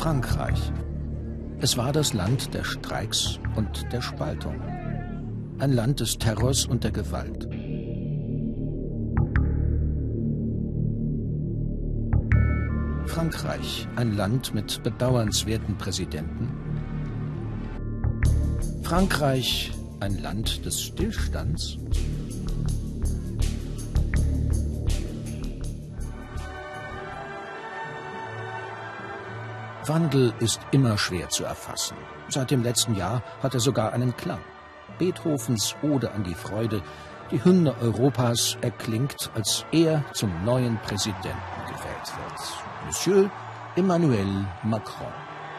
Frankreich. Es war das Land der Streiks und der Spaltung. Ein Land des Terrors und der Gewalt. Frankreich, ein Land mit bedauernswerten Präsidenten. Frankreich, ein Land des Stillstands. Wandel ist immer schwer zu erfassen. Seit dem letzten Jahr hat er sogar einen Klang. Beethovens Ode an die Freude, die Hymne Europas, erklingt, als er zum neuen Präsidenten gewählt wird. Monsieur Emmanuel Macron.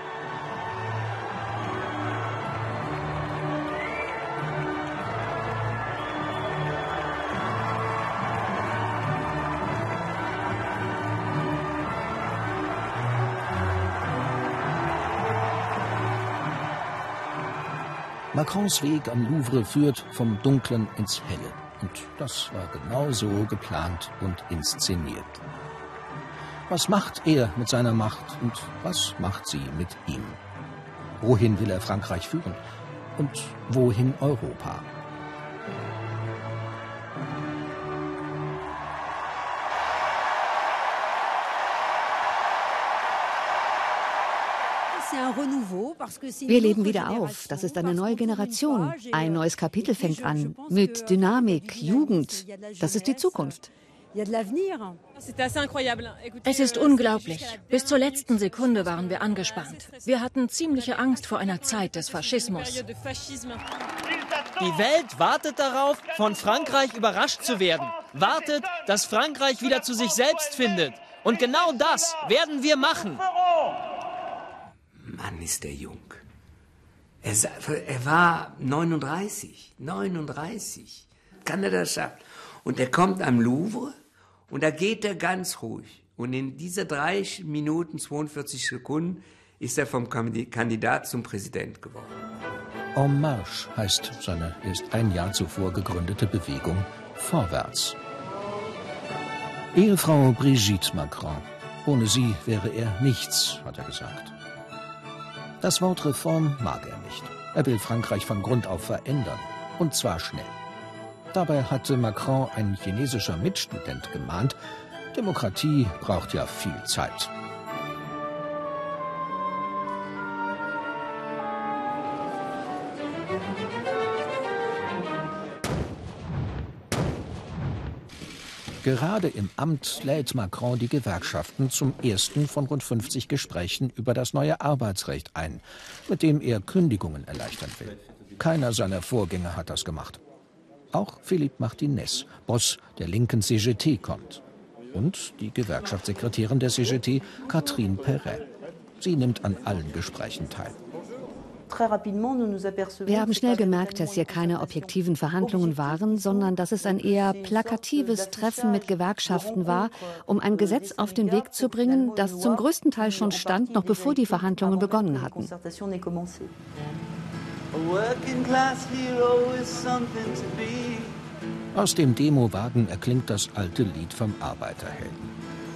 Macrons Weg am Louvre führt vom Dunklen ins Helle. Und das war genau so geplant und inszeniert. Was macht er mit seiner Macht und was macht sie mit ihm? Wohin will er Frankreich führen? Und wohin Europa? Wir leben wieder auf. Das ist eine neue Generation. Ein neues Kapitel fängt an. Mit Dynamik, Jugend. Das ist die Zukunft. Es ist unglaublich. Bis zur letzten Sekunde waren wir angespannt. Wir hatten ziemliche Angst vor einer Zeit des Faschismus. Die Welt wartet darauf, von Frankreich überrascht zu werden. Wartet, dass Frankreich wieder zu sich selbst findet. Und genau das werden wir machen. Mann, ist der jung. Er war 39. Kann er das schaffen? Und er kommt am Louvre und da geht er ganz ruhig. Und in dieser 3 Minuten, 42 Sekunden ist er vom Kandidat zum Präsident geworden. En Marche heißt seine erst ein Jahr zuvor gegründete Bewegung Vorwärts. Ehefrau Brigitte Macron. Ohne sie wäre er nichts, hat er gesagt. Das Wort Reform mag er nicht. Er will Frankreich von Grund auf verändern. Und zwar schnell. Dabei hatte Macron, ein chinesischer Mitstudent, gemahnt, Demokratie braucht ja viel Zeit. Gerade im Amt lädt Macron die Gewerkschaften zum ersten von rund 50 Gesprächen über das neue Arbeitsrecht ein, mit dem er Kündigungen erleichtern will. Keiner seiner Vorgänger hat das gemacht. Auch Philippe Martinez, Boss der linken CGT, kommt. Und die Gewerkschaftssekretärin der CGT, Catherine Perret. Sie nimmt an allen Gesprächen teil. Wir haben schnell gemerkt, dass hier keine objektiven Verhandlungen waren, sondern dass es ein eher plakatives Treffen mit Gewerkschaften war, um ein Gesetz auf den Weg zu bringen, das zum größten Teil schon stand, noch bevor die Verhandlungen begonnen hatten. Aus dem Demowagen erklingt das alte Lied vom Arbeiterhelden.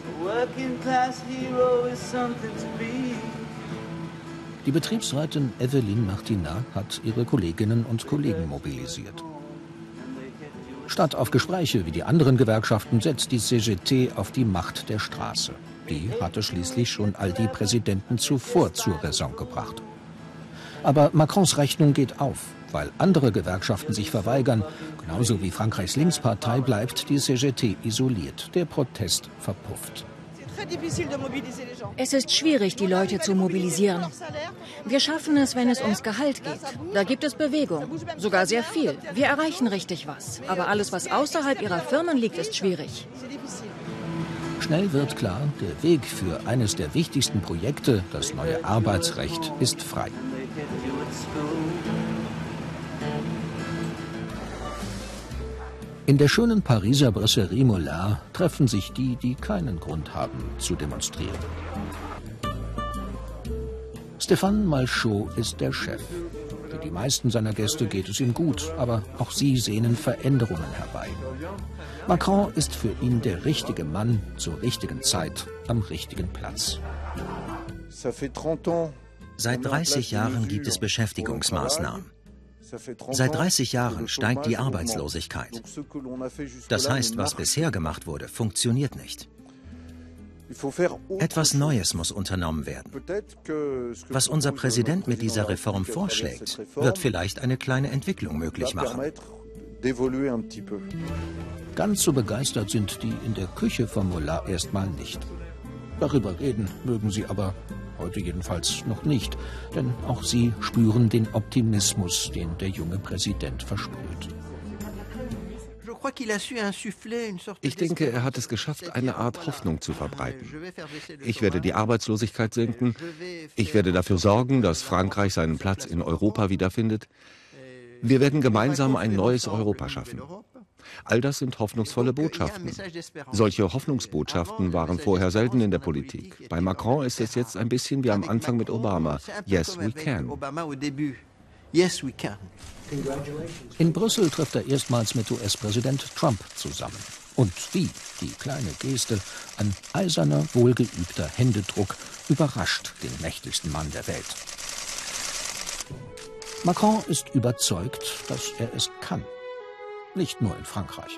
Die Betriebsrätin Evelyne Martinat hat ihre Kolleginnen und Kollegen mobilisiert. Statt auf Gespräche wie die anderen Gewerkschaften setzt die CGT auf die Macht der Straße. Die hatte schließlich schon all die Präsidenten zuvor zur Raison gebracht. Aber Macrons Rechnung geht auf. Weil andere Gewerkschaften sich verweigern, genauso wie Frankreichs Linkspartei, bleibt die CGT isoliert. Der Protest verpufft. Es ist schwierig, die Leute zu mobilisieren. Wir schaffen es, wenn es ums Gehalt geht. Da gibt es Bewegung, sogar sehr viel. Wir erreichen richtig was. Aber alles, was außerhalb ihrer Firmen liegt, ist schwierig. Schnell wird klar, der Weg für eines der wichtigsten Projekte, das neue Arbeitsrecht, ist frei. In der schönen Pariser Brasserie Mollard treffen sich die, die keinen Grund haben zu demonstrieren. Stéphane Malchaud ist der Chef. Für die meisten seiner Gäste geht es ihm gut, aber auch sie sehnen Veränderungen herbei. Macron ist für ihn der richtige Mann zur richtigen Zeit am richtigen Platz. Seit 30 Jahren gibt es Beschäftigungsmaßnahmen. Seit 30 Jahren steigt die Arbeitslosigkeit. Das heißt, was bisher gemacht wurde, funktioniert nicht. Etwas Neues muss unternommen werden. Was unser Präsident mit dieser Reform vorschlägt, wird vielleicht eine kleine Entwicklung möglich machen. Ganz so begeistert sind die in der Küche vom Mullah erstmal nicht. Darüber reden mögen sie aber heute jedenfalls noch nicht, denn auch sie spüren den Optimismus, den der junge Präsident versprüht. Ich denke, er hat es geschafft, eine Art Hoffnung zu verbreiten. Ich werde die Arbeitslosigkeit senken. Ich werde dafür sorgen, dass Frankreich seinen Platz in Europa wiederfindet. Wir werden gemeinsam ein neues Europa schaffen. All das sind hoffnungsvolle Botschaften. Solche Hoffnungsbotschaften waren vorher selten in der Politik. Bei Macron ist es jetzt ein bisschen wie am Anfang mit Obama. Yes, we can. In Brüssel trifft er erstmals mit US-Präsident Trump zusammen. Und wie die kleine Geste, ein eiserner, wohlgeübter Händedruck, überrascht den mächtigsten Mann der Welt. Macron ist überzeugt, dass er es kann. Nicht nur in Frankreich.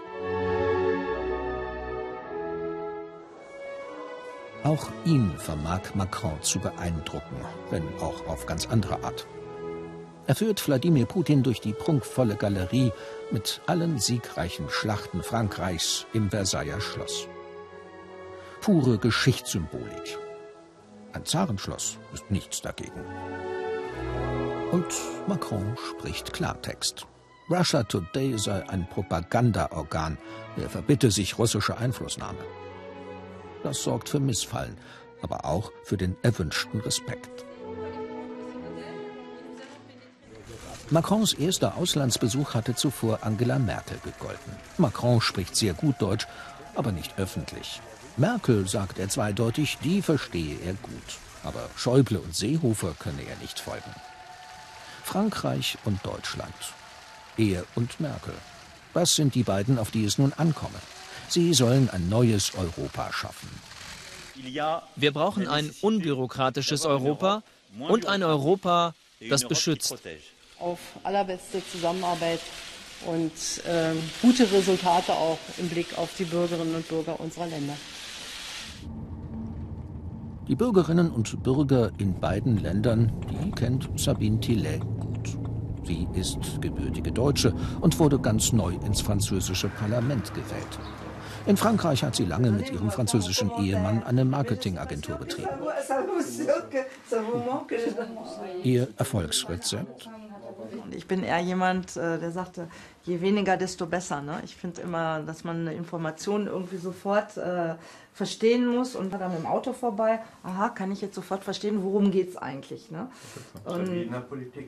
Auch ihn vermag Macron zu beeindrucken, wenn auch auf ganz andere Art. Er führt Wladimir Putin durch die prunkvolle Galerie mit allen siegreichen Schlachten Frankreichs im Versailler Schloss. Pure Geschichtssymbolik. Ein Zarenschloss ist nichts dagegen. Und Macron spricht Klartext. Russia Today sei ein Propagandaorgan. Er verbitte sich russische Einflussnahme. Das sorgt für Missfallen, aber auch für den erwünschten Respekt. Macrons erster Auslandsbesuch hatte zuvor Angela Merkel gegolten. Macron spricht sehr gut Deutsch, aber nicht öffentlich. Merkel, sagt er zweideutig, die verstehe er gut. Aber Schäuble und Seehofer könne er nicht folgen. Frankreich und Deutschland. Er und Merkel. Das sind die beiden, auf die es nun ankomme. Sie sollen ein neues Europa schaffen. Wir brauchen ein unbürokratisches Europa und ein Europa, das beschützt. Auf allerbeste Zusammenarbeit und gute Resultate auch im Blick auf die Bürgerinnen und Bürger unserer Länder. Die Bürgerinnen und Bürger in beiden Ländern, die kennt Sabine Tillet gut. Sie ist gebürtige Deutsche und wurde ganz neu ins französische Parlament gewählt. In Frankreich hat sie lange mit ihrem französischen Ehemann eine Marketingagentur betrieben. Ihr Erfolgsrezept? Ich bin eher jemand, der sagte, je weniger, desto besser. Ne? Ich finde immer, dass man eine Information irgendwie sofort verstehen muss und dann mit dem Auto vorbei. Aha, kann ich jetzt sofort verstehen, worum geht es eigentlich? Ne? Und wie in der Politik.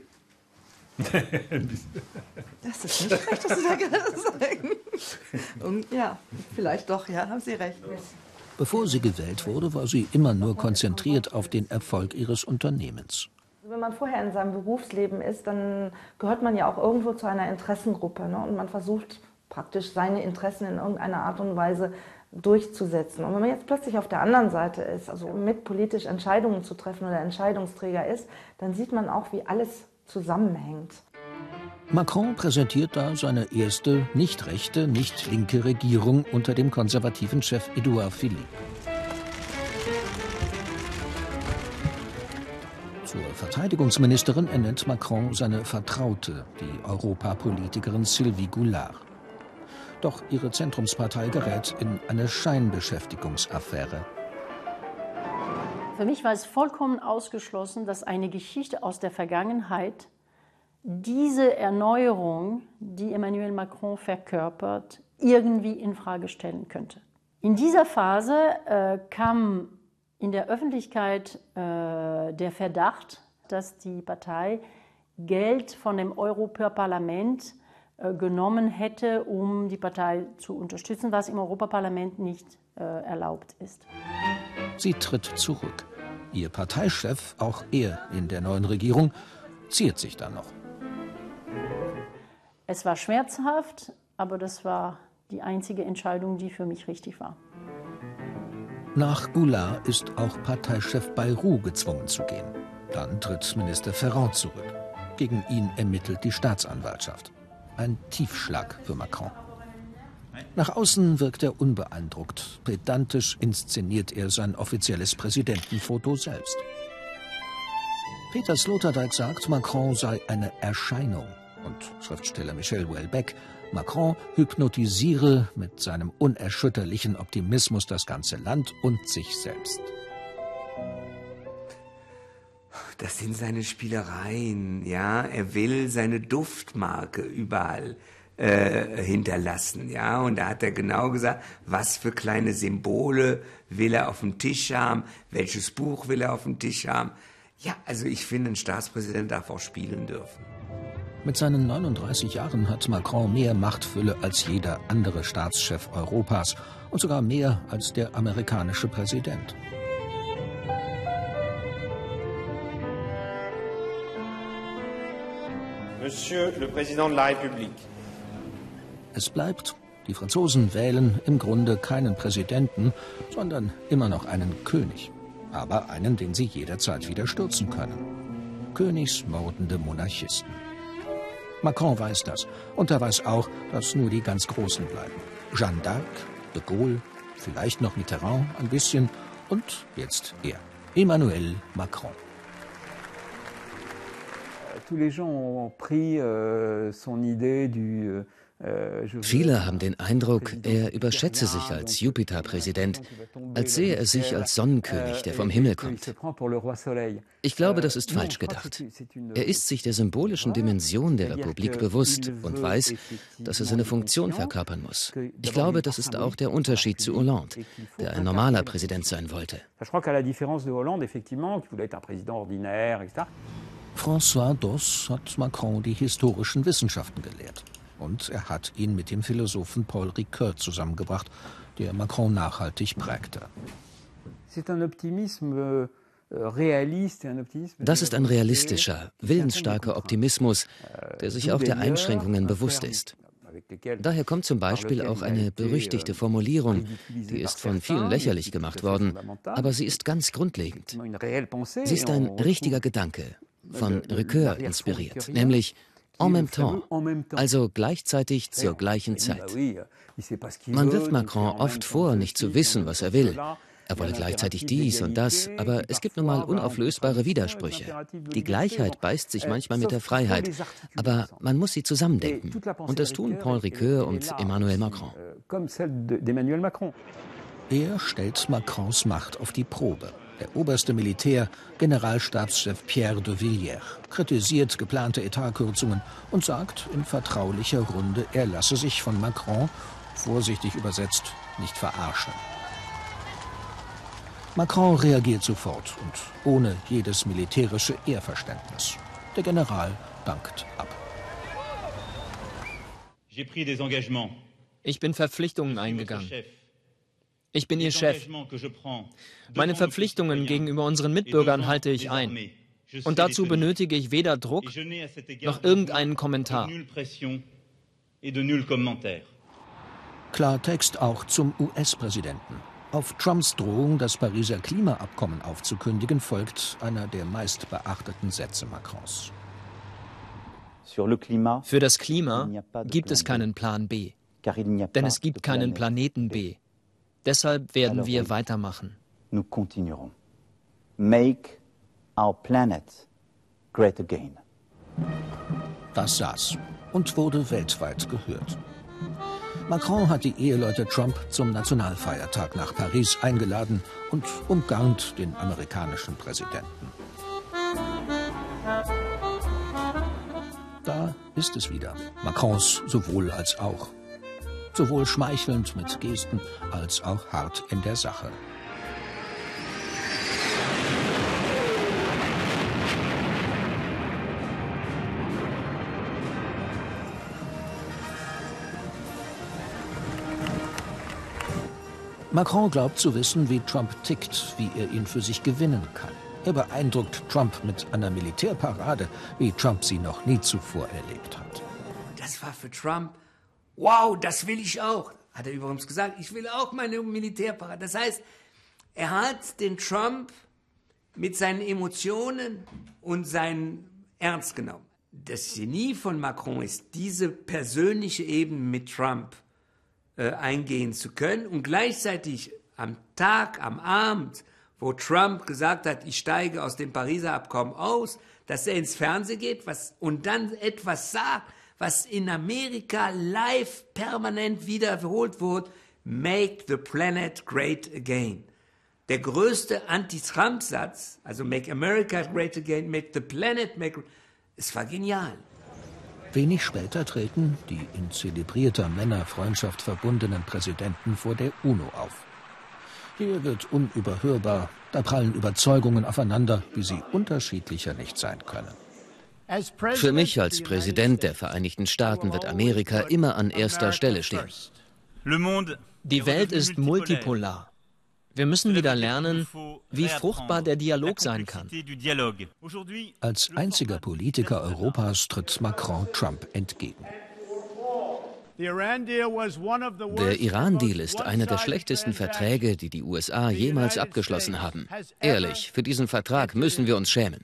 Das ist nicht recht, dass Sie da gerade sagen. Und ja, vielleicht doch, ja, haben Sie recht. Bevor sie gewählt wurde, war sie immer nur konzentriert auf den Erfolg ihres Unternehmens. Wenn man vorher in seinem Berufsleben ist, dann gehört man ja auch irgendwo zu einer Interessengruppe. Ne? Und man versucht praktisch seine Interessen in irgendeiner Art und Weise durchzusetzen. Und wenn man jetzt plötzlich auf der anderen Seite ist, also mit politisch Entscheidungen zu treffen oder Entscheidungsträger ist, dann sieht man auch, wie alles zusammenhängt. Macron präsentiert da seine erste nicht rechte, nicht linke Regierung unter dem konservativen Chef Édouard Philippe. Zur Verteidigungsministerin ernennt Macron seine Vertraute, die Europapolitikerin Sylvie Goulard. Doch ihre Zentrumspartei gerät in eine Scheinbeschäftigungsaffäre. Für mich war es vollkommen ausgeschlossen, dass eine Geschichte aus der Vergangenheit diese Erneuerung, die Emmanuel Macron verkörpert, irgendwie in Frage stellen könnte. In dieser Phase kam in der Öffentlichkeit der Verdacht, dass die Partei Geld von dem Europaparlament genommen hätte, um die Partei zu unterstützen, was im Europaparlament nicht erlaubt ist. Sie tritt zurück. Ihr Parteichef, auch er in der neuen Regierung, ziert sich dann noch. Es war schmerzhaft, aber das war die einzige Entscheidung, die für mich richtig war. Nach Goulart ist auch Parteichef Bayrou gezwungen zu gehen. Dann tritt Minister Ferrand zurück. Gegen ihn ermittelt die Staatsanwaltschaft. Ein Tiefschlag für Macron. Nach außen wirkt er unbeeindruckt. Pedantisch inszeniert er sein offizielles Präsidentenfoto selbst. Peter Sloterdijk sagt, Macron sei eine Erscheinung. Und Schriftsteller Michel Houellebecq, Macron hypnotisiere mit seinem unerschütterlichen Optimismus das ganze Land und sich selbst. Das sind seine Spielereien, ja. Er will seine Duftmarke überall hinterlassen, ja. Und da hat er genau gesagt, was für kleine Symbole will er auf dem Tisch haben, welches Buch will er auf dem Tisch haben. Ja, also ich finde, ein Staatspräsident darf auch spielen dürfen. Mit seinen 39 Jahren hat Macron mehr Machtfülle als jeder andere Staatschef Europas und sogar mehr als der amerikanische Präsident. Monsieur le Président de la République. Es bleibt, die Franzosen wählen im Grunde keinen Präsidenten, sondern immer noch einen König. Aber einen, den sie jederzeit wieder stürzen können. Königsmordende Monarchisten. Macron weiß das. Und er weiß auch, dass nur die ganz Großen bleiben. Jeanne d'Arc, de Gaulle, vielleicht noch Mitterrand ein bisschen und jetzt er, Emmanuel Macron. Tous les gens ont pris son idée du Viele haben den Eindruck, er überschätze sich als Jupiter-Präsident, als sehe er sich als Sonnenkönig, der vom Himmel kommt. Ich glaube, das ist falsch gedacht. Er ist sich der symbolischen Dimension der Republik bewusst und weiß, dass er seine Funktion verkörpern muss. Ich glaube, das ist auch der Unterschied zu Hollande, der ein normaler Präsident sein wollte. François Dos hat Macron die historischen Wissenschaften gelehrt. Und er hat ihn mit dem Philosophen Paul Ricoeur zusammengebracht, der Macron nachhaltig prägte. Das ist ein realistischer, willensstarker Optimismus, der sich auch der Einschränkungen bewusst ist. Daher kommt zum Beispiel auch eine berüchtigte Formulierung, die ist von vielen lächerlich gemacht worden, aber sie ist ganz grundlegend. Sie ist ein richtiger Gedanke, von Ricoeur inspiriert, nämlich en même temps, also gleichzeitig zur gleichen Zeit. Man wirft Macron oft vor, nicht zu wissen, was er will. Er wolle gleichzeitig dies und das, aber es gibt nun mal unauflösbare Widersprüche. Die Gleichheit beißt sich manchmal mit der Freiheit, aber man muss sie zusammendenken. Und das tun Paul Ricoeur und Emmanuel Macron. Er stellt Macrons Macht auf die Probe. Der oberste Militär, Generalstabschef Pierre de Villiers, kritisiert geplante Etatkürzungen und sagt in vertraulicher Runde, er lasse sich von Macron, vorsichtig übersetzt, nicht verarschen. Macron reagiert sofort und ohne jedes militärische Ehrverständnis. Der General dankt ab. Ich bin Verpflichtungen eingegangen. Ich bin Ihr Chef. Meine Verpflichtungen gegenüber unseren Mitbürgern halte ich ein. Und dazu benötige ich weder Druck noch irgendeinen Kommentar. Klartext auch zum US-Präsidenten. Auf Trumps Drohung, das Pariser Klimaabkommen aufzukündigen, folgt einer der meistbeachteten Sätze Macrons. Für das Klima gibt es keinen Plan B, denn es gibt keinen Planeten B. Deshalb werden wir weitermachen. Make our planet great again. Das saß und wurde weltweit gehört. Macron hat die Eheleute Trump zum Nationalfeiertag nach Paris eingeladen und umgarnt den amerikanischen Präsidenten. Da ist es wieder. Macrons sowohl als auch. Sowohl schmeichelnd mit Gesten als auch hart in der Sache. Macron glaubt zu wissen, wie Trump tickt, wie er ihn für sich gewinnen kann. Er beeindruckt Trump mit einer Militärparade, wie Trump sie noch nie zuvor erlebt hat. Das war für Trump, wow, das will ich auch. Hat er übrigens gesagt, ich will auch meine Militärparade. Das heißt, Er hat den Trump mit seinen Emotionen und seinen Ernst genommen. Das Genie von Macron ist, diese persönliche Ebene mit Trump eingehen zu können und gleichzeitig am Abend, wo Trump gesagt hat, ich steige aus dem Pariser Abkommen aus, dass er ins Fernsehen geht und dann etwas sagt, was in Amerika live permanent wiederholt wurde, Make the planet great again. Der größte Anti-Trump-Satz, also Make America great again, Make the planet great, es war genial. Wenig später treten die in zelebrierter Männerfreundschaft verbundenen Präsidenten vor der UNO auf. Hier wird unüberhörbar, da prallen Überzeugungen aufeinander, wie sie unterschiedlicher nicht sein können. Für mich als Präsident der Vereinigten Staaten wird Amerika immer an erster Stelle stehen. Die Welt ist multipolar. Wir müssen wieder lernen, wie fruchtbar der Dialog sein kann. Als einziger Politiker Europas tritt Macron Trump entgegen. Der Iran-Deal ist einer der schlechtesten Verträge, die die USA jemals abgeschlossen haben. Ehrlich, für diesen Vertrag müssen wir uns schämen.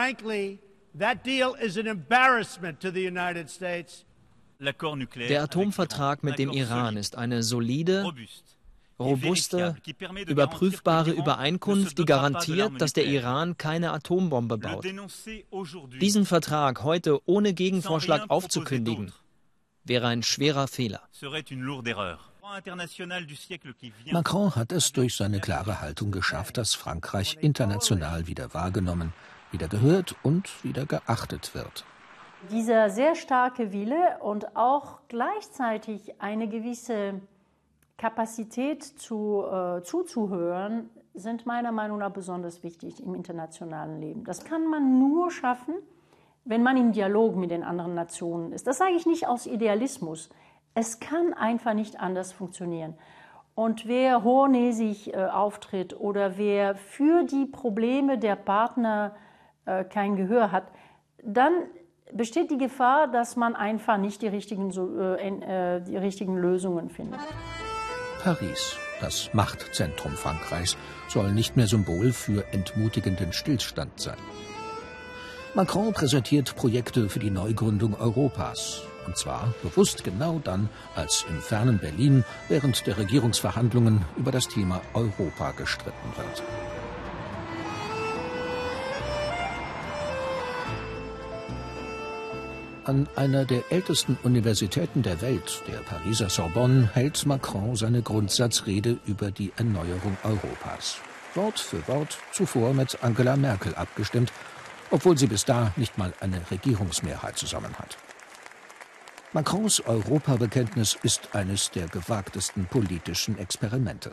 Der Atomvertrag mit dem Iran ist eine solide, robuste, überprüfbare Übereinkunft, die garantiert, dass der Iran keine Atombombe baut. Diesen Vertrag heute ohne Gegenvorschlag aufzukündigen, wäre ein schwerer Fehler. Macron hat es durch seine klare Haltung geschafft, dass Frankreich international wieder wahrgenommen, wieder gehört und wieder geachtet wird. Dieser sehr starke Wille und auch gleichzeitig eine gewisse Kapazität zuzuhören, sind meiner Meinung nach besonders wichtig im internationalen Leben. Das kann man nur schaffen, wenn man im Dialog mit den anderen Nationen ist. Das sage ich nicht aus Idealismus. Es kann einfach nicht anders funktionieren. Und wer hochnäsig auftritt oder wer für die Probleme der Partner kein Gehör hat, dann besteht die Gefahr, dass man einfach nicht die richtigen Lösungen findet. Paris, das Machtzentrum Frankreichs, soll nicht mehr Symbol für entmutigenden Stillstand sein. Macron präsentiert Projekte für die Neugründung Europas. Und zwar bewusst genau dann, als im fernen Berlin während der Regierungsverhandlungen über das Thema Europa gestritten wird. An einer der ältesten Universitäten der Welt, der Pariser Sorbonne, hält Macron seine Grundsatzrede über die Erneuerung Europas. Wort für Wort zuvor mit Angela Merkel abgestimmt, obwohl sie bis da nicht mal eine Regierungsmehrheit zusammen hat. Macrons Europabekenntnis ist eines der gewagtesten politischen Experimente.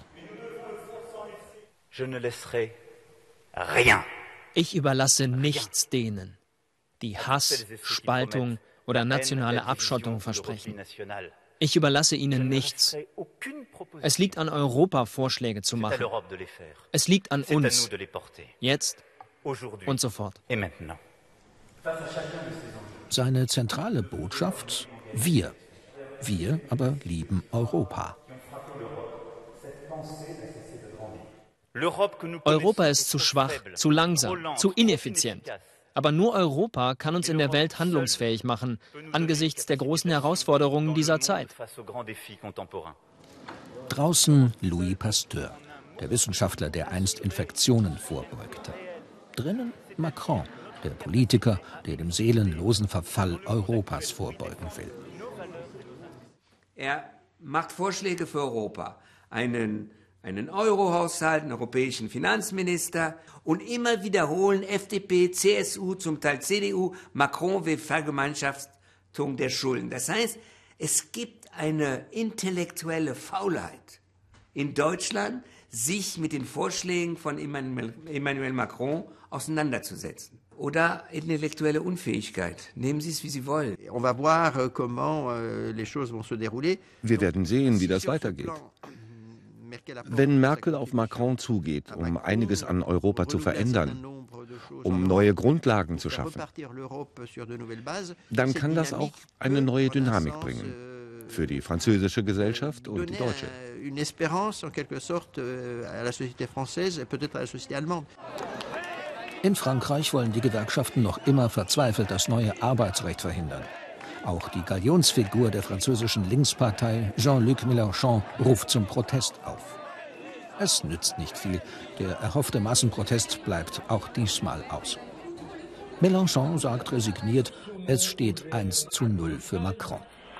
Ich überlasse nichts denen, die Hass, Spaltung oder nationale Abschottung versprechen. Ich überlasse ihnen nichts. Es liegt an Europa, Vorschläge zu machen. Es liegt an uns. Jetzt und sofort. Seine zentrale Botschaft: Wir. Wir aber lieben Europa. Europa ist zu schwach, zu langsam, zu ineffizient. Aber nur Europa kann uns in der Welt handlungsfähig machen, angesichts der großen Herausforderungen dieser Zeit. Draußen Louis Pasteur, der Wissenschaftler, der einst Infektionen vorbeugte. Drinnen Macron, der Politiker, der dem seelenlosen Verfall Europas vorbeugen will. Er macht Vorschläge für Europa, einen Euro-Haushalt, einen europäischen Finanzminister und immer wiederholen FDP, CSU, zum Teil CDU, Macron will Vergemeinschaftung der Schulden. Das heißt, es gibt eine intellektuelle Faulheit in Deutschland, sich mit den Vorschlägen von Emmanuel Macron auseinanderzusetzen. Oder intellektuelle Unfähigkeit. Nehmen Sie es, wie Sie wollen. Wir werden sehen, wie das weitergeht. Wenn Merkel auf Macron zugeht, um einiges an Europa zu verändern, um neue Grundlagen zu schaffen, dann kann das auch eine neue Dynamik bringen. für die französische Gesellschaft und die deutsche. In Frankreich wollen die Gewerkschaften noch immer verzweifelt das neue Arbeitsrecht verhindern. Auch die Galionsfigur der französischen Linkspartei, Jean-Luc Mélenchon, ruft zum Protest auf. Es nützt nicht viel. Der erhoffte Massenprotest bleibt auch diesmal aus. Mélenchon sagt resigniert, es steht 1:0 für Macron.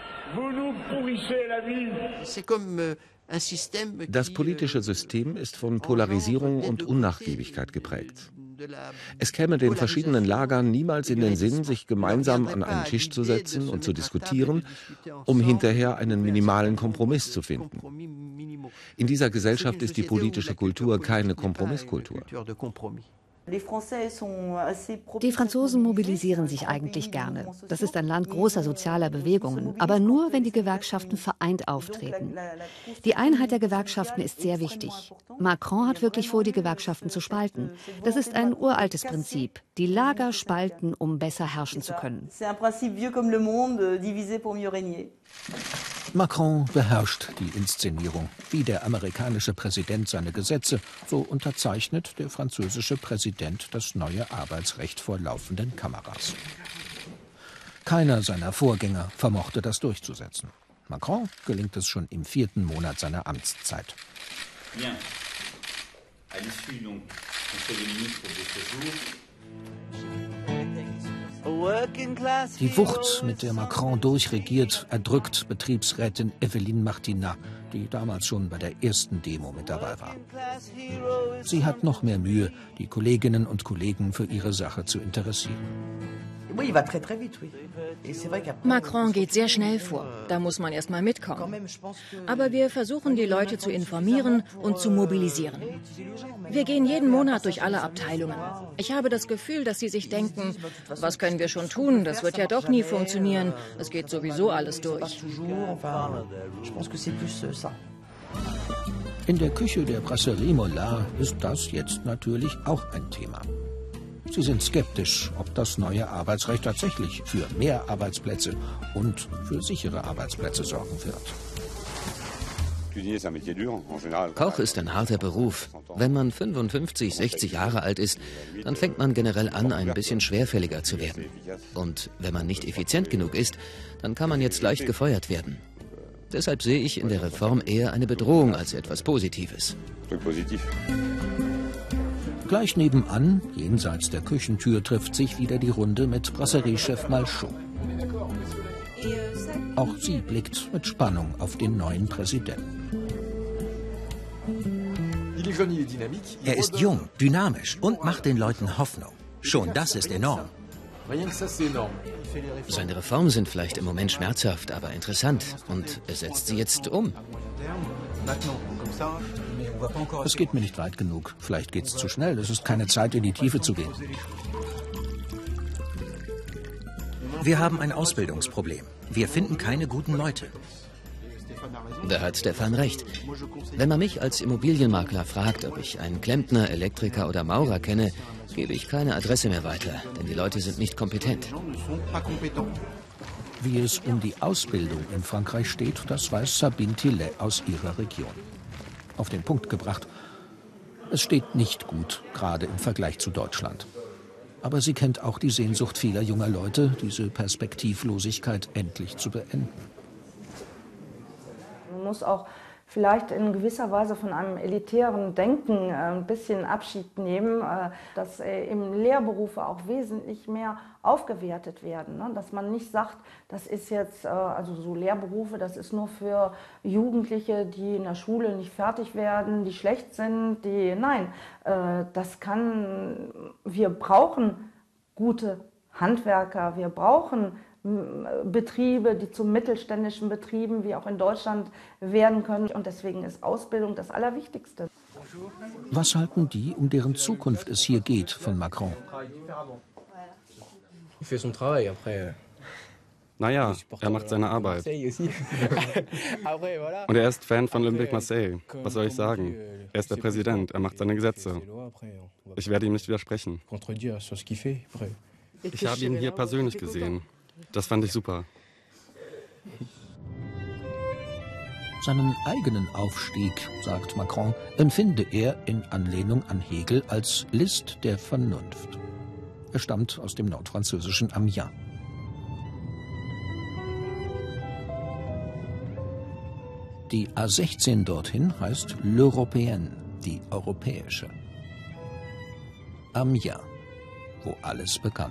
Das politische System ist von Polarisierung und Unnachgiebigkeit geprägt. Es käme den verschiedenen Lagern niemals in den Sinn, sich gemeinsam an einen Tisch zu setzen und zu diskutieren, um hinterher einen minimalen Kompromiss zu finden. In dieser Gesellschaft ist die politische Kultur keine Kompromisskultur. Die Franzosen mobilisieren sich eigentlich gerne. Das ist ein Land großer sozialer Bewegungen, aber nur, wenn die Gewerkschaften vereint auftreten. Die Einheit der Gewerkschaften ist sehr wichtig. Macron hat wirklich vor, die Gewerkschaften zu spalten. Das ist ein uraltes Prinzip. Die Lager spalten, um besser herrschen zu können. Macron beherrscht die Inszenierung. Wie der amerikanische Präsident seine Gesetze, so unterzeichnet der französische Präsident das neue Arbeitsrecht vor laufenden Kameras. Keiner seiner Vorgänger vermochte das durchzusetzen. Macron gelingt es schon im 4. Monat seiner Amtszeit. Die Wucht, mit der Macron durchregiert, erdrückt Betriebsrätin Evelyne Martinat, die damals schon bei der ersten Demo mit dabei war. Sie hat noch mehr Mühe, die Kolleginnen und Kollegen für ihre Sache zu interessieren. Macron geht sehr schnell vor. Da muss man erst mal mitkommen. Aber wir versuchen, die Leute zu informieren und zu mobilisieren. Wir gehen jeden Monat durch alle Abteilungen. Ich habe das Gefühl, dass sie sich denken, was können wir schon tun? Das wird ja doch nie funktionieren. Es geht sowieso alles durch. In der Küche der Brasserie Mollard ist das jetzt natürlich auch ein Thema. Sie sind skeptisch, ob das neue Arbeitsrecht tatsächlich für mehr Arbeitsplätze und für sichere Arbeitsplätze sorgen wird. Koch ist ein harter Beruf. Wenn man 55, 60 Jahre alt ist, dann fängt man generell an, ein bisschen schwerfälliger zu werden. Und wenn man nicht effizient genug ist, dann kann man jetzt leicht gefeuert werden. Deshalb sehe ich in der Reform eher eine Bedrohung als etwas Positives. Gleich nebenan, jenseits der Küchentür, trifft sich wieder die Runde mit Brasserie-Chef Malchaud. Auch sie blickt mit Spannung auf den neuen Präsidenten. Er ist jung, dynamisch und macht den Leuten Hoffnung. Schon das ist enorm. Seine Reformen sind vielleicht im Moment schmerzhaft, aber interessant. Und er setzt sie jetzt um. Es geht mir nicht weit genug. Vielleicht geht's zu schnell. Es ist keine Zeit, in die Tiefe zu gehen. Wir haben ein Ausbildungsproblem. Wir finden keine guten Leute. Da hat Stefan recht. Wenn man mich als Immobilienmakler fragt, ob ich einen Klempner, Elektriker oder Maurer kenne, gebe ich keine Adresse mehr weiter, denn die Leute sind nicht kompetent. Wie es um die Ausbildung in Frankreich steht, das weiß Sabine Tillet aus ihrer Region. Auf den Punkt gebracht, es steht nicht gut, gerade im Vergleich zu Deutschland. Aber sie kennt auch die Sehnsucht vieler junger Leute, diese Perspektivlosigkeit endlich zu beenden. Man muss auch vielleicht in gewisser Weise von einem elitären Denken ein bisschen Abschied nehmen, dass im Lehrberufe auch wesentlich mehr aufgewertet werden. Ne? Dass man nicht sagt, das ist jetzt, also so Lehrberufe, das ist nur für Jugendliche, die in der Schule nicht fertig werden, die schlecht sind, nein, wir brauchen gute Handwerker, wir brauchen Betriebe, die zu mittelständischen Betrieben, wie auch in Deutschland, werden können. Und deswegen ist Ausbildung das Allerwichtigste. Was halten die, um deren Zukunft es hier geht, von Macron? Naja, er macht seine Arbeit. Und er ist Fan von Olympique Marseille. Was soll ich sagen? Er ist der Präsident, er macht seine Gesetze. Ich werde ihm nicht widersprechen. Ich habe ihn hier persönlich gesehen. Das fand ich super. Seinen eigenen Aufstieg, sagt Macron, empfinde er in Anlehnung an Hegel als List der Vernunft. Er stammt aus dem nordfranzösischen Amiens. Die A16 dorthin heißt L'Européenne, die europäische. Amiens, wo alles begann.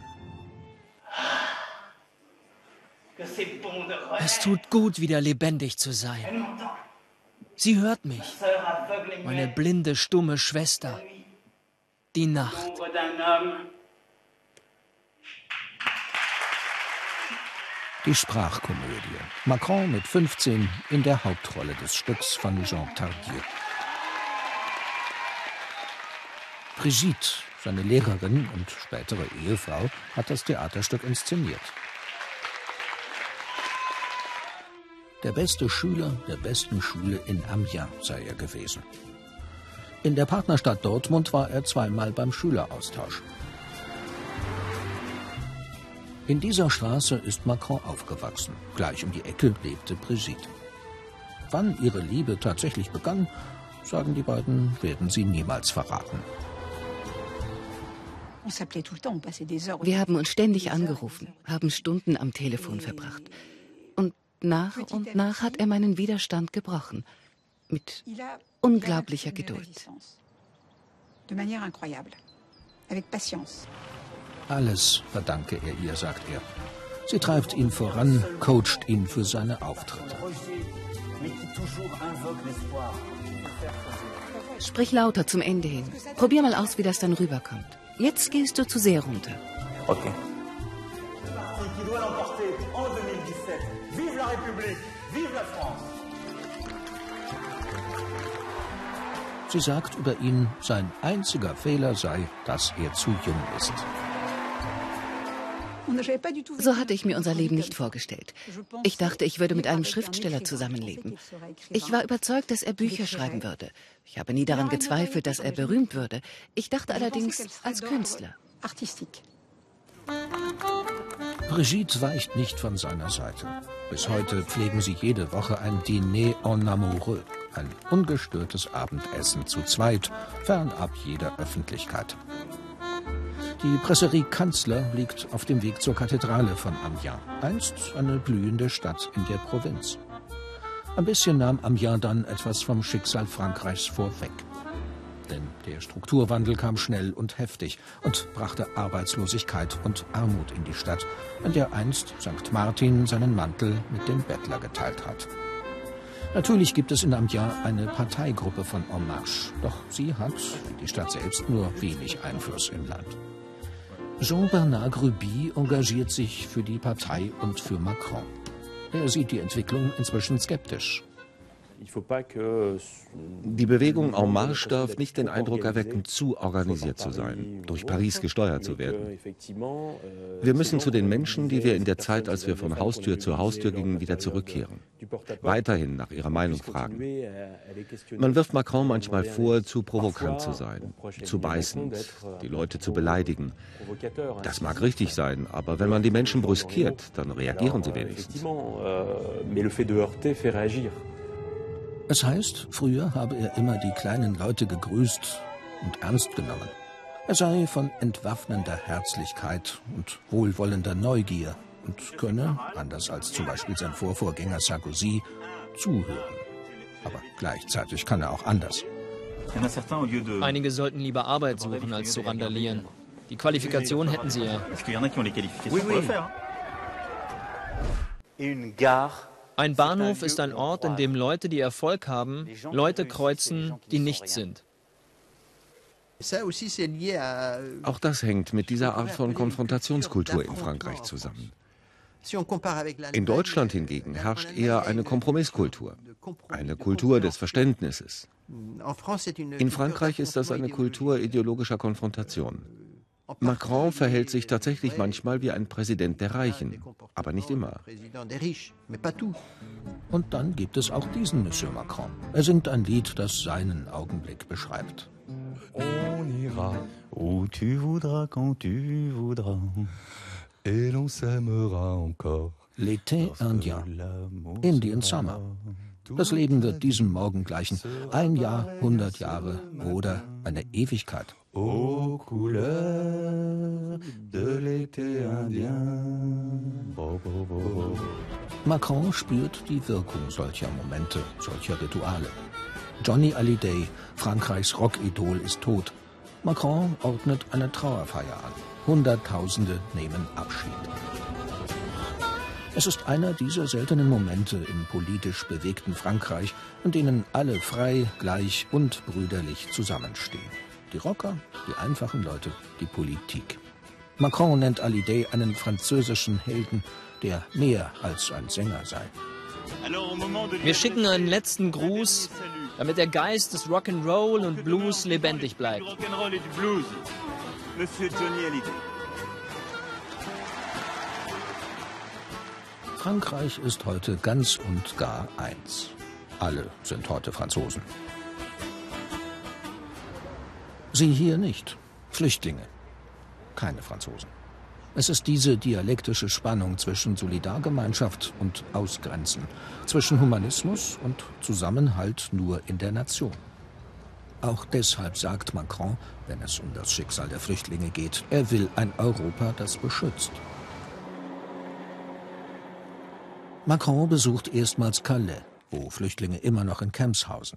Es tut gut, wieder lebendig zu sein. Sie hört mich, meine blinde, stumme Schwester. Die Nacht. Die Sprachkomödie. Macron mit 15 in der Hauptrolle des Stücks von Jean Tardieu. Brigitte, seine Lehrerin und spätere Ehefrau, hat das Theaterstück inszeniert. Der beste Schüler der besten Schule in Amiens sei er gewesen. In der Partnerstadt Dortmund war er zweimal beim Schüleraustausch. In dieser Straße ist Macron aufgewachsen. Gleich um die Ecke lebte Brigitte. Wann ihre Liebe tatsächlich begann, sagen die beiden, werden sie niemals verraten. Wir haben uns ständig angerufen, haben Stunden am Telefon verbracht. Und nach hat er meinen Widerstand gebrochen. Mit unglaublicher Geduld. Alles verdanke er ihr, sagt er. Sie treibt ihn voran, coacht ihn für seine Auftritte. Sprich lauter zum Ende hin. Probier mal aus, wie das dann rüberkommt. Jetzt gehst du zu sehr runter. Okay. Sie sagt über ihn, sein einziger Fehler sei, dass er zu jung ist. So hatte ich mir unser Leben nicht vorgestellt. Ich dachte, ich würde mit einem Schriftsteller zusammenleben. Ich war überzeugt, dass er Bücher schreiben würde. Ich habe nie daran gezweifelt, dass er berühmt würde. Ich dachte allerdings als Künstler. Brigitte weicht nicht von seiner Seite. Bis heute pflegen sie jede Woche ein Dîner en amoureux, ein ungestörtes Abendessen zu zweit, fernab jeder Öffentlichkeit. Die Brasserie Kanzler liegt auf dem Weg zur Kathedrale von Amiens, einst eine blühende Stadt in der Provinz. Ein bisschen nahm Amiens dann etwas vom Schicksal Frankreichs vorweg. Denn der Strukturwandel kam schnell und heftig und brachte Arbeitslosigkeit und Armut in die Stadt, in der einst St. Martin seinen Mantel mit dem Bettler geteilt hat. Natürlich gibt es in Amiens eine Parteigruppe von En Marche, doch sie hat, wie die Stadt selbst, nur wenig Einfluss im Land. Jean-Bernard Gruby engagiert sich für die Partei und für Macron. Er sieht die Entwicklung inzwischen skeptisch. Die Bewegung En Marche darf nicht den Eindruck erwecken, zu organisiert zu sein, durch Paris gesteuert zu werden. Wir müssen zu den Menschen, die wir in der Zeit, als wir von Haustür zu Haustür gingen, wieder zurückkehren. Weiterhin nach ihrer Meinung fragen. Man wirft Macron manchmal vor, zu provokant zu sein, zu beißend, die Leute zu beleidigen. Das mag richtig sein, aber wenn man die Menschen brüskiert, dann reagieren sie wenigstens. Es heißt, früher habe er immer die kleinen Leute gegrüßt und ernst genommen. Er sei von entwaffnender Herzlichkeit und wohlwollender Neugier und könne, anders als zum Beispiel sein Vorgänger Sarkozy, zuhören. Aber gleichzeitig kann er auch anders. Einige sollten lieber Arbeit suchen, als zu randalieren. Die Qualifikation hätten sie ja. Ein Bahnhof ist ein Ort, in dem Leute, die Erfolg haben, Leute kreuzen, die nichts sind. Auch das hängt mit dieser Art von Konfrontationskultur in Frankreich zusammen. In Deutschland hingegen herrscht eher eine Kompromisskultur, eine Kultur des Verständnisses. In Frankreich ist das eine Kultur ideologischer Konfrontation. Macron verhält sich tatsächlich manchmal wie ein Präsident der Reichen, aber nicht immer. Und dann gibt es auch diesen Monsieur Macron. Er singt ein Lied, das seinen Augenblick beschreibt. On ira où tu voudras, quand tu voudras, et l'on s'aimera encore. L'été indien, Indian Summer. Das Leben wird diesem Morgen gleichen. 1 Jahr, 100 Jahre oder eine Ewigkeit. Aux couleurs de l'été indien. Macron spürt die Wirkung solcher Momente, solcher Rituale. Johnny Hallyday, Frankreichs Rockidol, ist tot. Macron ordnet eine Trauerfeier an. Hunderttausende nehmen Abschied. Es ist einer dieser seltenen Momente im politisch bewegten Frankreich, in denen alle frei, gleich und brüderlich zusammenstehen. Die Rocker, die einfachen Leute, die Politik. Macron nennt Hallyday einen französischen Helden, der mehr als ein Sänger sei. Wir schicken einen letzten Gruß, damit der Geist des Rock'n'Roll und Blues lebendig bleibt. Frankreich ist heute ganz und gar eins. Alle sind heute Franzosen. Sie hier nicht. Flüchtlinge. Keine Franzosen. Es ist diese dialektische Spannung zwischen Solidargemeinschaft und Ausgrenzen, zwischen Humanismus und Zusammenhalt nur in der Nation. Auch deshalb sagt Macron, wenn es um das Schicksal der Flüchtlinge geht, er will ein Europa, das beschützt. Macron besucht erstmals Calais, wo Flüchtlinge immer noch in Camps hausen.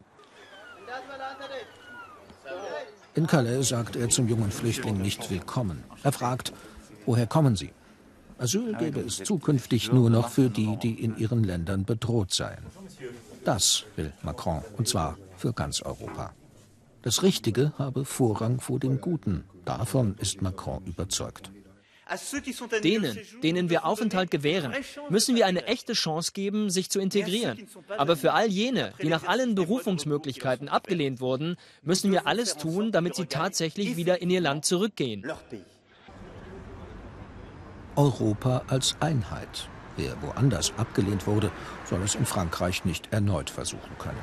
In Calais sagt er zum jungen Flüchtling nicht willkommen. Er fragt, woher kommen Sie? Asyl gäbe es zukünftig nur noch für die, die in ihren Ländern bedroht seien. Das will Macron, und zwar für ganz Europa. Das Richtige habe Vorrang vor dem Guten. Davon ist Macron überzeugt. Denen wir Aufenthalt gewähren, müssen wir eine echte Chance geben, sich zu integrieren. Aber für all jene, die nach allen Berufungsmöglichkeiten abgelehnt wurden, müssen wir alles tun, damit sie tatsächlich wieder in ihr Land zurückgehen. Europa als Einheit. Wer woanders abgelehnt wurde, soll es in Frankreich nicht erneut versuchen können.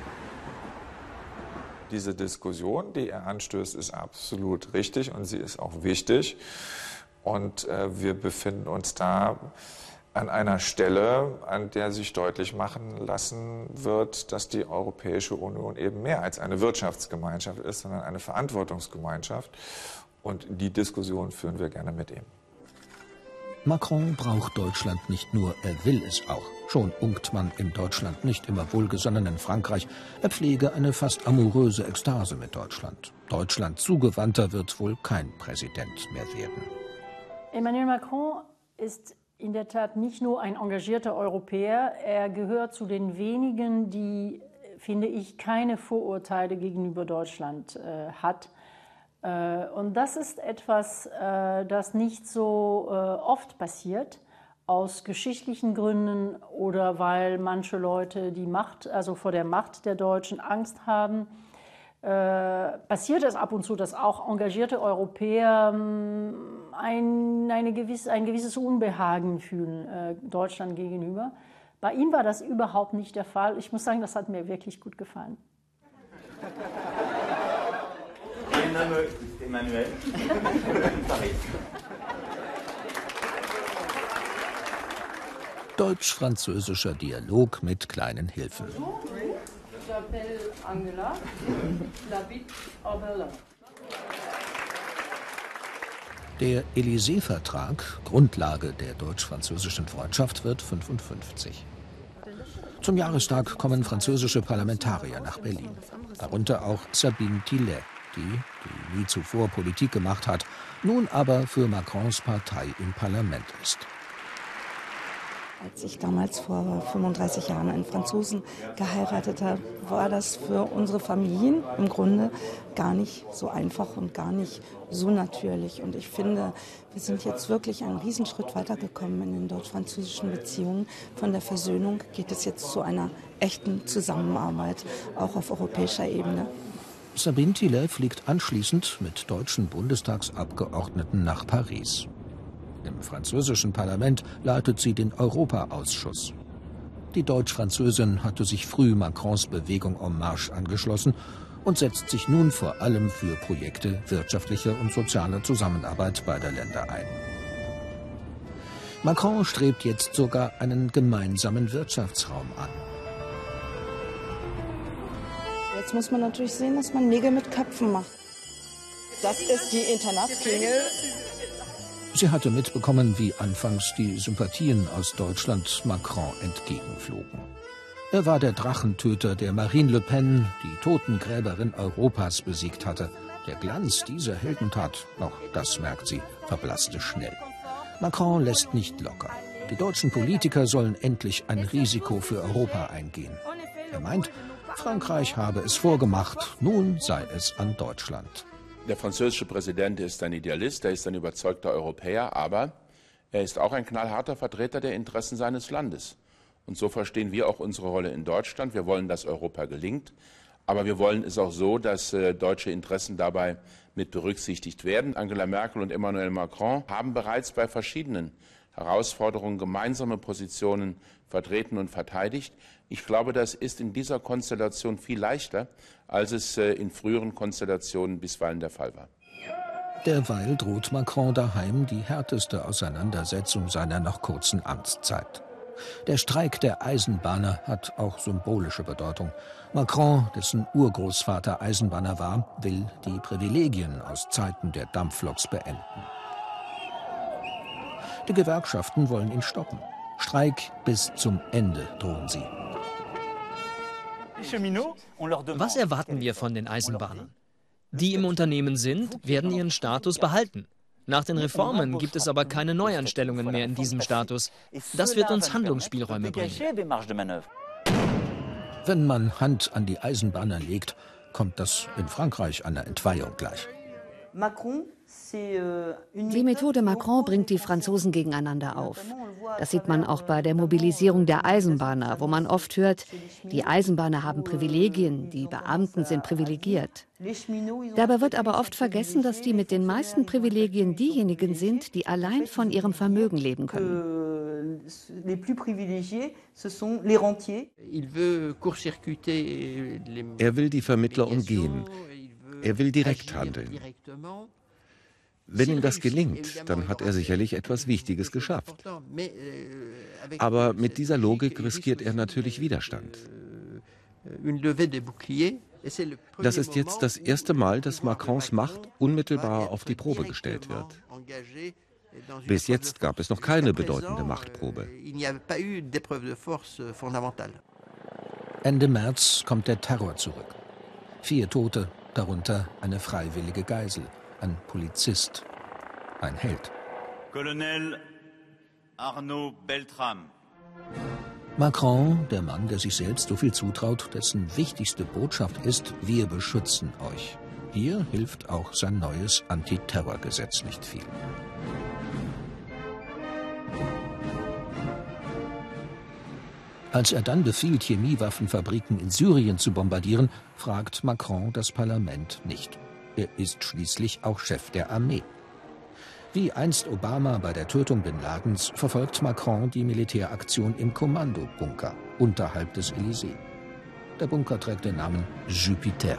Diese Diskussion, die er anstößt, ist absolut richtig und sie ist auch wichtig. Und wir befinden uns da an einer Stelle, an der sich deutlich machen lassen wird, dass die Europäische Union eben mehr als eine Wirtschaftsgemeinschaft ist, sondern eine Verantwortungsgemeinschaft. Und die Diskussion führen wir gerne mit ihm. Macron braucht Deutschland nicht nur, er will es auch. Schon unkt man im Deutschland nicht immer wohlgesonnenen Frankreich. Er pflege eine fast amoröse Ekstase mit Deutschland. Deutschland zugewandter wird wohl kein Präsident mehr werden. Emmanuel Macron ist in der Tat nicht nur ein engagierter Europäer, er gehört zu den wenigen, die, finde ich, keine Vorurteile gegenüber Deutschland hat. Und das ist etwas, das nicht so oft passiert, aus geschichtlichen Gründen oder weil manche Leute die Macht, also vor der Macht der Deutschen Angst haben. Passiert es ab und zu, dass auch engagierte Europäer ein gewisses Unbehagen fühlen Deutschland gegenüber. Bei ihm war das überhaupt nicht der Fall. Ich muss sagen, das hat mir wirklich gut gefallen. Mein Name ist Emmanuel. Deutsch-französischer Dialog mit kleinen Hilfen. Angela, Der Élysée-Vertrag, Grundlage der deutsch-französischen Freundschaft, wird 55. Zum Jahrestag kommen französische Parlamentarier nach Berlin. Darunter auch Sabine Tillet, die nie zuvor Politik gemacht hat, nun aber für Macrons Partei im Parlament ist. Als ich damals vor 35 Jahren einen Franzosen geheiratet habe, war das für unsere Familien im Grunde gar nicht so einfach und gar nicht so natürlich. Und ich finde, wir sind jetzt wirklich einen Riesenschritt weitergekommen in den deutsch-französischen Beziehungen. Von der Versöhnung geht es jetzt zu einer echten Zusammenarbeit, auch auf europäischer Ebene. Sabine Tillet fliegt anschließend mit deutschen Bundestagsabgeordneten nach Paris. Im französischen Parlament leitet sie den Europa-Ausschuss. Die Deutsch-Französin hatte sich früh Macrons Bewegung En Marche angeschlossen und setzt sich nun vor allem für Projekte wirtschaftlicher und sozialer Zusammenarbeit beider Länder ein. Macron strebt jetzt sogar einen gemeinsamen Wirtschaftsraum an. Jetzt muss man natürlich sehen, dass man Nägel mit Köpfen macht. Das ist die Internatsklingel. Sie hatte mitbekommen, wie anfangs die Sympathien aus Deutschland Macron entgegenflogen. Er war der Drachentöter, der Marine Le Pen, die Totengräberin Europas, besiegt hatte. Der Glanz dieser Heldentat, auch das merkt sie, verblasste schnell. Macron lässt nicht locker. Die deutschen Politiker sollen endlich ein Risiko für Europa eingehen. Er meint, Frankreich habe es vorgemacht, nun sei es an Deutschland. Der französische Präsident ist ein Idealist, er ist ein überzeugter Europäer, aber er ist auch ein knallharter Vertreter der Interessen seines Landes. Und so verstehen wir auch unsere Rolle in Deutschland. Wir wollen, dass Europa gelingt, aber wir wollen es auch so, dass deutsche Interessen dabei mit berücksichtigt werden. Angela Merkel und Emmanuel Macron haben bereits bei verschiedenen Herausforderungen gemeinsame Positionen vertreten und verteidigt. Ich glaube, das ist in dieser Konstellation viel leichter, als es in früheren Konstellationen bisweilen der Fall war. Derweil droht Macron daheim die härteste Auseinandersetzung seiner noch kurzen Amtszeit. Der Streik der Eisenbahner hat auch symbolische Bedeutung. Macron, dessen Urgroßvater Eisenbahner war, will die Privilegien aus Zeiten der Dampfloks beenden. Die Gewerkschaften wollen ihn stoppen. Streik bis zum Ende, drohen sie. Was erwarten wir von den Eisenbahnern? Die im Unternehmen sind, werden ihren Status behalten. Nach den Reformen gibt es aber keine Neuanstellungen mehr in diesem Status. Das wird uns Handlungsspielräume bringen. Wenn man Hand an die Eisenbahner legt, kommt das in Frankreich einer Entweihung gleich. Die Methode Macron bringt die Franzosen gegeneinander auf. Das sieht man auch bei der Mobilisierung der Eisenbahner, wo man oft hört, die Eisenbahner haben Privilegien, die Beamten sind privilegiert. Dabei wird aber oft vergessen, dass die mit den meisten Privilegien diejenigen sind, die allein von ihrem Vermögen leben können. Er will die Vermittler umgehen. Er will direkt handeln. Wenn ihm das gelingt, dann hat er sicherlich etwas Wichtiges geschafft. Aber mit dieser Logik riskiert er natürlich Widerstand. Das ist jetzt das erste Mal, dass Macrons Macht unmittelbar auf die Probe gestellt wird. Bis jetzt gab es noch keine bedeutende Machtprobe. Ende März kommt der Terror zurück. 4 Tote, darunter eine freiwillige Geisel. Ein Polizist, ein Held. Colonel Arnaud Beltrame. Macron, der Mann, der sich selbst so viel zutraut, dessen wichtigste Botschaft ist, wir beschützen euch. Hier hilft auch sein neues Antiterrorgesetz nicht viel. Als er dann befiehlt, Chemiewaffenfabriken in Syrien zu bombardieren, fragt Macron das Parlament nicht. Er ist schließlich auch Chef der Armee. Wie einst Obama bei der Tötung Bin Ladens verfolgt Macron die Militäraktion im Kommandobunker unterhalb des Élysée. Der Bunker trägt den Namen Jupiter.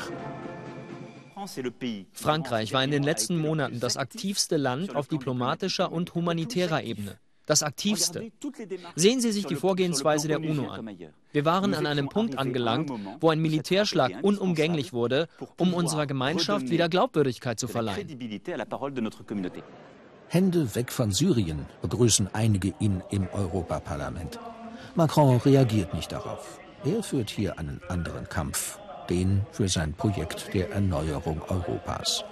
Frankreich war in den letzten Monaten das aktivste Land auf diplomatischer und humanitärer Ebene. Das aktivste. Sehen Sie sich die Vorgehensweise der UNO an. Wir waren an einem Punkt angelangt, wo ein Militärschlag unumgänglich wurde, um unserer Gemeinschaft wieder Glaubwürdigkeit zu verleihen. Hände weg von Syrien, begrüßen einige ihn im Europaparlament. Macron reagiert nicht darauf. Er führt hier einen anderen Kampf, den für sein Projekt der Erneuerung Europas.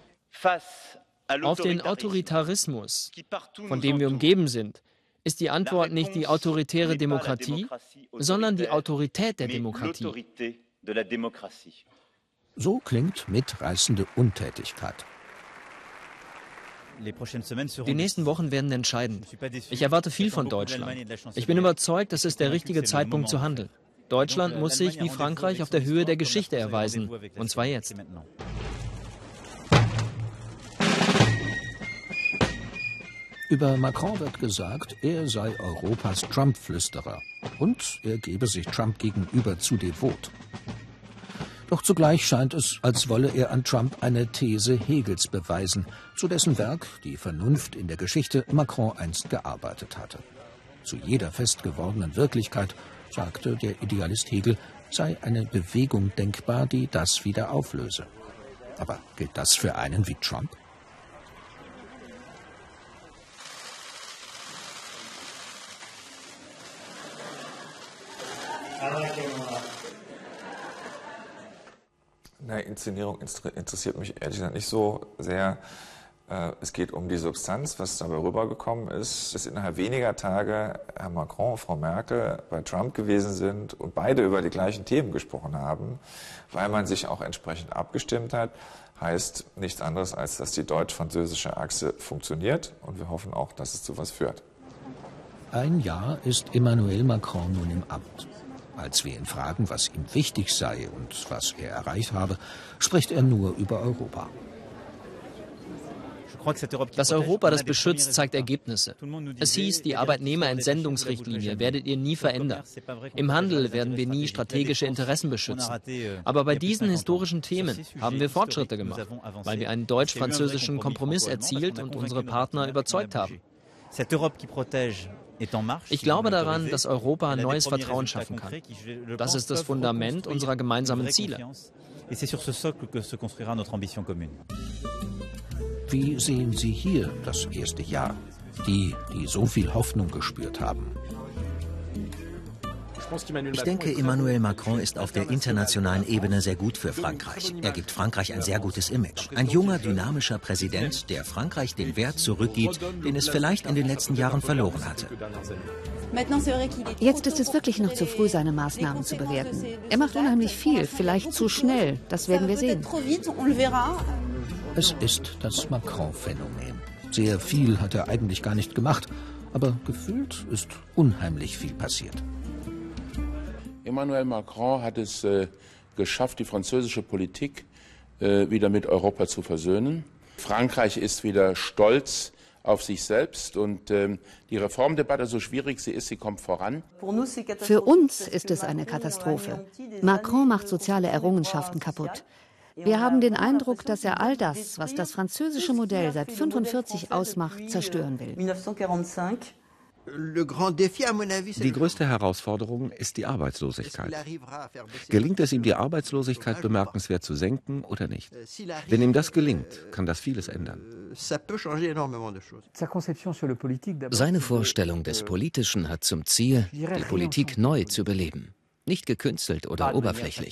Auf den Autoritarismus, von dem wir umgeben sind, ist die Antwort nicht die autoritäre Demokratie, sondern die Autorität der Demokratie. So klingt mitreißende Untätigkeit. Die nächsten Wochen werden entscheidend. Ich erwarte viel von Deutschland. Ich bin überzeugt, es ist der richtige Zeitpunkt zu handeln. Deutschland muss sich wie Frankreich auf der Höhe der Geschichte erweisen, und zwar jetzt. Über Macron wird gesagt, er sei Europas Trump-Flüsterer und er gebe sich Trump gegenüber zu devot. Doch zugleich scheint es, als wolle er an Trump eine These Hegels beweisen, zu dessen Werk, die Vernunft in der Geschichte, Macron einst gearbeitet hatte. zu jeder fest gewordenen Wirklichkeit, sagte der Idealist Hegel, sei eine Bewegung denkbar, die das wieder auflöse. Aber gilt das für einen wie Trump? Na, Inszenierung interessiert mich ehrlich gesagt nicht so sehr. Es geht um die Substanz, was dabei rübergekommen ist, dass innerhalb weniger Tage Herr Macron und Frau Merkel bei Trump gewesen sind und beide über die gleichen Themen gesprochen haben, weil man sich auch entsprechend abgestimmt hat, heißt nichts anderes, als dass die deutsch-französische Achse funktioniert und wir hoffen auch, dass es zu was führt. Ein Jahr ist Emmanuel Macron nun im Amt. Als wir ihn fragen, was ihm wichtig sei und was er erreicht habe, spricht er nur über Europa. Das Europa, das beschützt, zeigt Ergebnisse. Es hieß, die Arbeitnehmerentsendungsrichtlinie werdet ihr nie verändern. Im Handel werden wir nie strategische Interessen beschützen. Aber bei diesen historischen Themen haben wir Fortschritte gemacht, weil wir einen deutsch-französischen Kompromiss erzielt und unsere Partner überzeugt haben. Ich glaube daran, dass Europa neues Vertrauen schaffen kann. Das ist das Fundament unserer gemeinsamen Ziele. Wie sehen Sie hier das erste Jahr? Die so viel Hoffnung gespürt haben. Ich denke, Emmanuel Macron ist auf der internationalen Ebene sehr gut für Frankreich. Er gibt Frankreich ein sehr gutes Image. Ein junger, dynamischer Präsident, der Frankreich den Wert zurückgibt, den es vielleicht in den letzten Jahren verloren hatte. Jetzt ist es wirklich noch zu früh, seine Maßnahmen zu bewerten. Er macht unheimlich viel, vielleicht zu schnell. Das werden wir sehen. Es ist das Macron-Phänomen. Sehr viel hat er eigentlich gar nicht gemacht, aber gefühlt ist unheimlich viel passiert. Emmanuel Macron hat es geschafft, die französische Politik wieder mit Europa zu versöhnen. Frankreich ist wieder stolz auf sich selbst und die Reformdebatte, so schwierig sie ist, sie kommt voran. Für uns ist es eine Katastrophe. Macron macht soziale Errungenschaften kaputt. Wir haben den Eindruck, dass er all das, was das französische Modell seit 1945 ausmacht, zerstören will. Die größte Herausforderung ist die Arbeitslosigkeit. Gelingt es ihm, die Arbeitslosigkeit bemerkenswert zu senken oder nicht? Wenn ihm das gelingt, kann das vieles ändern. Seine Vorstellung des Politischen hat zum Ziel, die Politik neu zu beleben. Nicht gekünstelt oder oberflächlich.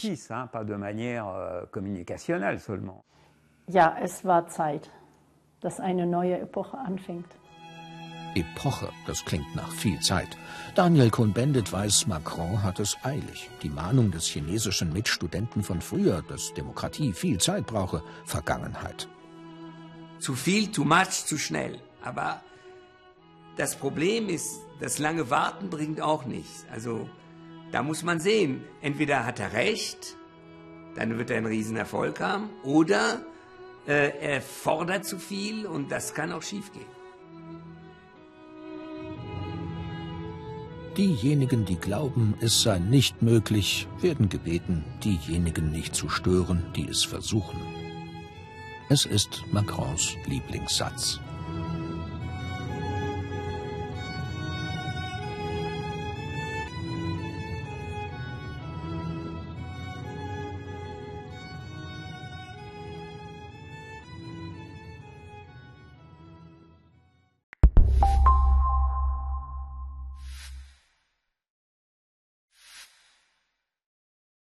Ja, es war Zeit, dass eine neue Epoche anfängt. Epoche, das klingt nach viel Zeit. Daniel Cohn-Bendit weiß, Macron hat es eilig. Die Mahnung des chinesischen Mitstudenten von früher, dass Demokratie viel Zeit brauche, Vergangenheit. Zu viel, too much, zu schnell. Aber das Problem ist, das lange Warten bringt auch nichts. Also da muss man sehen, entweder hat er recht, dann wird er einen Riesenerfolg haben, oder er fordert zu viel und das kann auch schiefgehen. Diejenigen, die glauben, es sei nicht möglich, werden gebeten, diejenigen nicht zu stören, die es versuchen. Es ist Macrons Lieblingssatz.